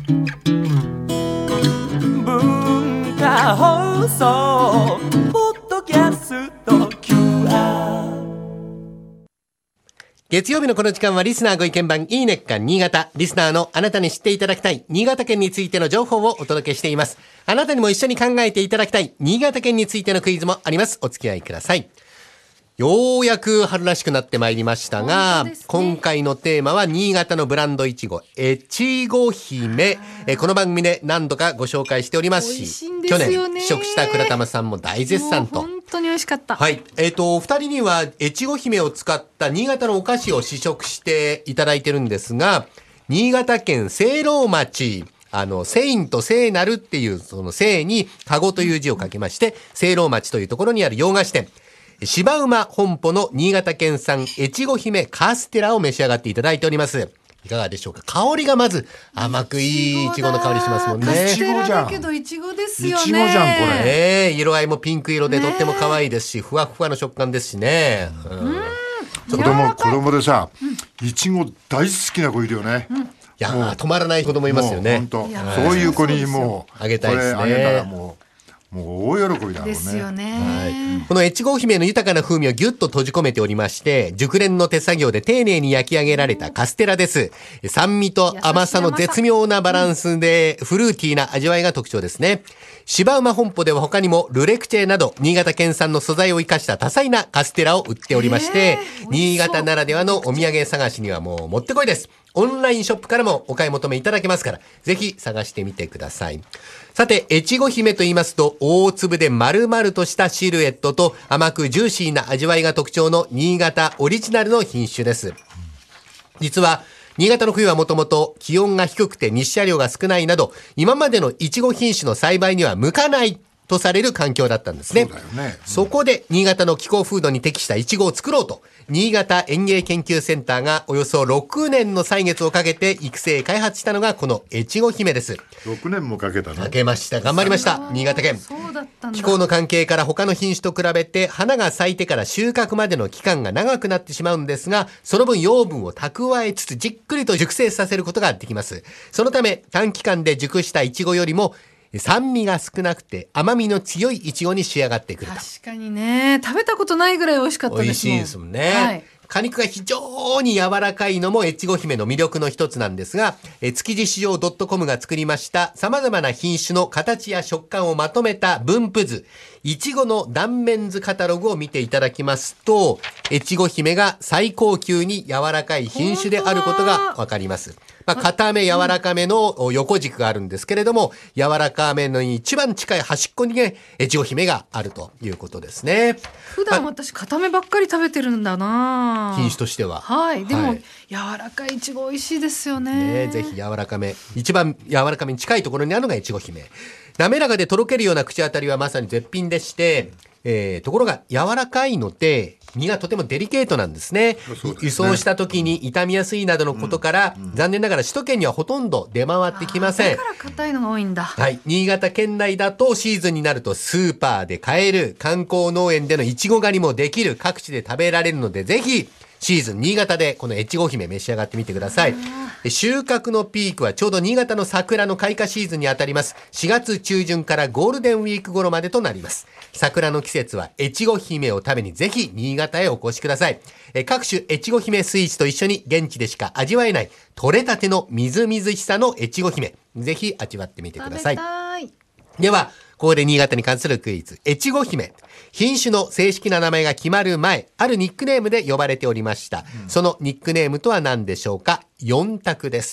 文化放送ポッドキャスト QR。 月曜日のこの時間はリスナーご意見番いいねっか新潟。リスナーのあなたに知っていただきたい新潟県についての情報をお届けしています。あなたにも一緒に考えていただきたい新潟県についてのクイズもあります。お付き合いください。ようやく春らしくなってまいりましたが、今回のテーマは新潟のブランドいちご、越後姫。この番組で何度かご紹介しておりますし、去年試食した倉玉さんも大絶賛と。 本当に美味しかった。 はい。お二人には越後姫を使った新潟のお菓子を試食していただいてるんですが、新潟県聖籠町、セインと聖なるっていう、その聖に籠という字を書きまして、聖籠町というところにある洋菓子店、芝馬本舗の新潟県産越後姫カステラを召し上がっていただいております。いかがでしょうか。香りがまず甘くいいいちごの香りしますもんね。 カステラだけどいちごですよね。 いちごじゃんこれ。 色合いもピンク色でとっても可愛いですし、ふわふわの食感ですしね。 子供でさ、いちご大好きな子いるよね。 いや止まらない子供いますよね。 本当、そういう子にもうあげたいですね。 これあげたらもう大喜びだろうね。 ですよね。 はい、この越後姫の豊かな風味をギュッと閉じ込めておりまして、熟練の手作業で丁寧に焼き上げられたカステラです。酸味と甘さの絶妙なバランスでフルーティーな味わいが特徴ですね。芝馬本舗では他にもルレクチェなど新潟県産の素材を生かした多彩なカステラを売っておりまして、新潟ならではのお土産探しにはもうもってこいです。オンラインショップからもお買い求めいただけますから、ぜひ探してみてください。さて、越後姫と言いますと、大粒で丸々としたシルエットと甘くジューシーな味わいが特徴の新潟オリジナルの品種です。実は、新潟の冬はもともと気温が低くて日射量が少ないなど、今までのイチゴ品種の栽培には向かないとされる環境だったんですね。 そうだよね。 そこで新潟の気候風土に適したイチゴを作ろうと、新潟園芸研究センターがおよそ6年の歳月をかけて育成開発したのがこの越後姫です。 6年もかけたの。 かけました。頑張りました。新潟県。 そうだったんだ。 気候の関係から他の品種と比べて花が咲いてから収穫までの期間が長くなってしまうんですが、その分養分を蓄えつつじっくりと熟成させることができます。そのため短期間で熟したイチゴよりも酸味が少なくて甘みの強いイチゴに仕上がってくると。 確かにね、食べたことないぐらい美味しかったですもん。 美味しいですもんね。 はい。 果肉が非常に柔らかいのも越後姫の魅力の一つなんですが、築地市場 .com が作りました様々な品種の形や食感をまとめた分布図、いちごの断面図カタログを見ていただきますと、越後姫が最高級に柔らかい品種であることがわかります。固め柔らかめの横軸があるんですけれども、柔らかめの一番近い端っこにね、越後姫があるということですね。 普段私固めばっかり食べてるんだな。 品種としては。 はい。でも、 はい柔らかいいちご美味しいですよね。 ぜひ柔らかめ、一番柔らかめに近いところにあるのが越後姫。滑らかでとろけるような口当たりはまさに絶品でして、ところが柔らかいので身がとてもデリケートなんですね。輸送した時に傷みやすいなどのことから、残念ながら首都圏にはほとんど出回ってきません。 だから硬いのが多いんだ。 はい。新潟県内だとシーズンになるとスーパーで買える、観光農園でのいちご狩りもできる、各地で食べられるので、ぜひシーズン新潟でこの越後姫召し上がってみてください。収穫のピークはちょうど新潟の桜の開花シーズンにあたります。4月中旬からゴールデンウィーク頃までとなります。桜の季節は越後姫を食べにぜひ新潟へお越しください。各種越後姫スイーツと一緒に現地でしか味わえない取れたてのみずみずしさの越後姫、ぜひ味わってみてください。 食べたい。 ではここで新潟に関するクイズ。越後姫、品種の正式な名前が決まる前、あるニックネームで呼ばれておりました。そのニックネームとは何でしょうか。4択です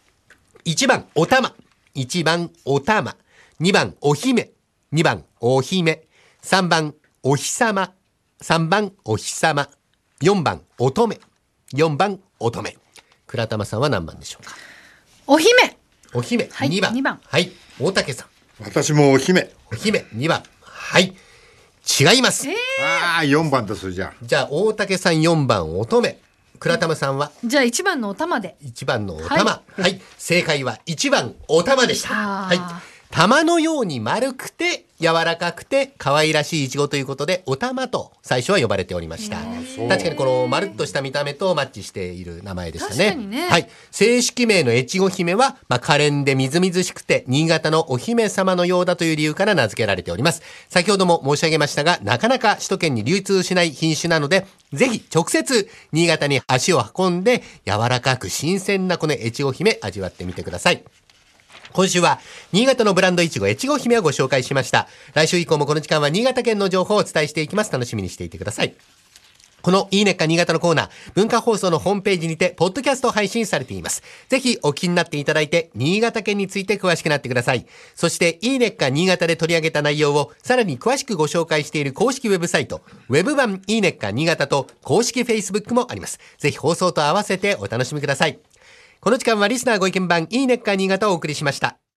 。1番おたま、1番おたま、2番お姫、2番お姫、3番お日様、3番お日様、4番乙女、4番乙女。倉玉さんは何番でしょうか。 お姫。 お姫、 はい 2番。 2番。 はい。大竹さん。 私もお姫。 お姫2番。はい。違います。 ああ、4番とするじゃん。 じゃあ大竹さん4番乙女。倉玉さんはじゃあ1番のお玉で。 1番のお玉。はい。正解は1番お玉でした。 あーはい。 玉のように丸くて柔らかくて可愛らしいイチゴということでお玉と最初は呼ばれておりました。確かにこの丸っとした見た目とマッチしている名前でしたね。 確かにね。 はい。正式名の越後姫は、可憐でみずみずしくて新潟のお姫様のようだという理由から名付けられております。先ほども申し上げましたが、なかなか首都圏に流通しない品種なので、ぜひ直接新潟に足を運んで柔らかく新鮮なこの越後姫味わってみてください。今週は新潟のブランドいちご越後姫をご紹介しました。来週以降もこの時間は新潟県の情報をお伝えしていきます。楽しみにしていてください。このいいねっか新潟のコーナー、文化放送のホームページにてポッドキャスト配信されています。ぜひお聞きになっていただいて新潟県について詳しくなってください。そしていいねっか新潟で取り上げた内容をさらに詳しくご紹介している公式ウェブサイト、ウェブ版いいねっか新潟と公式 Facebook もあります。ぜひ放送と合わせてお楽しみください。この時間はリスナーご意見番いいねっか新潟をお送りしました。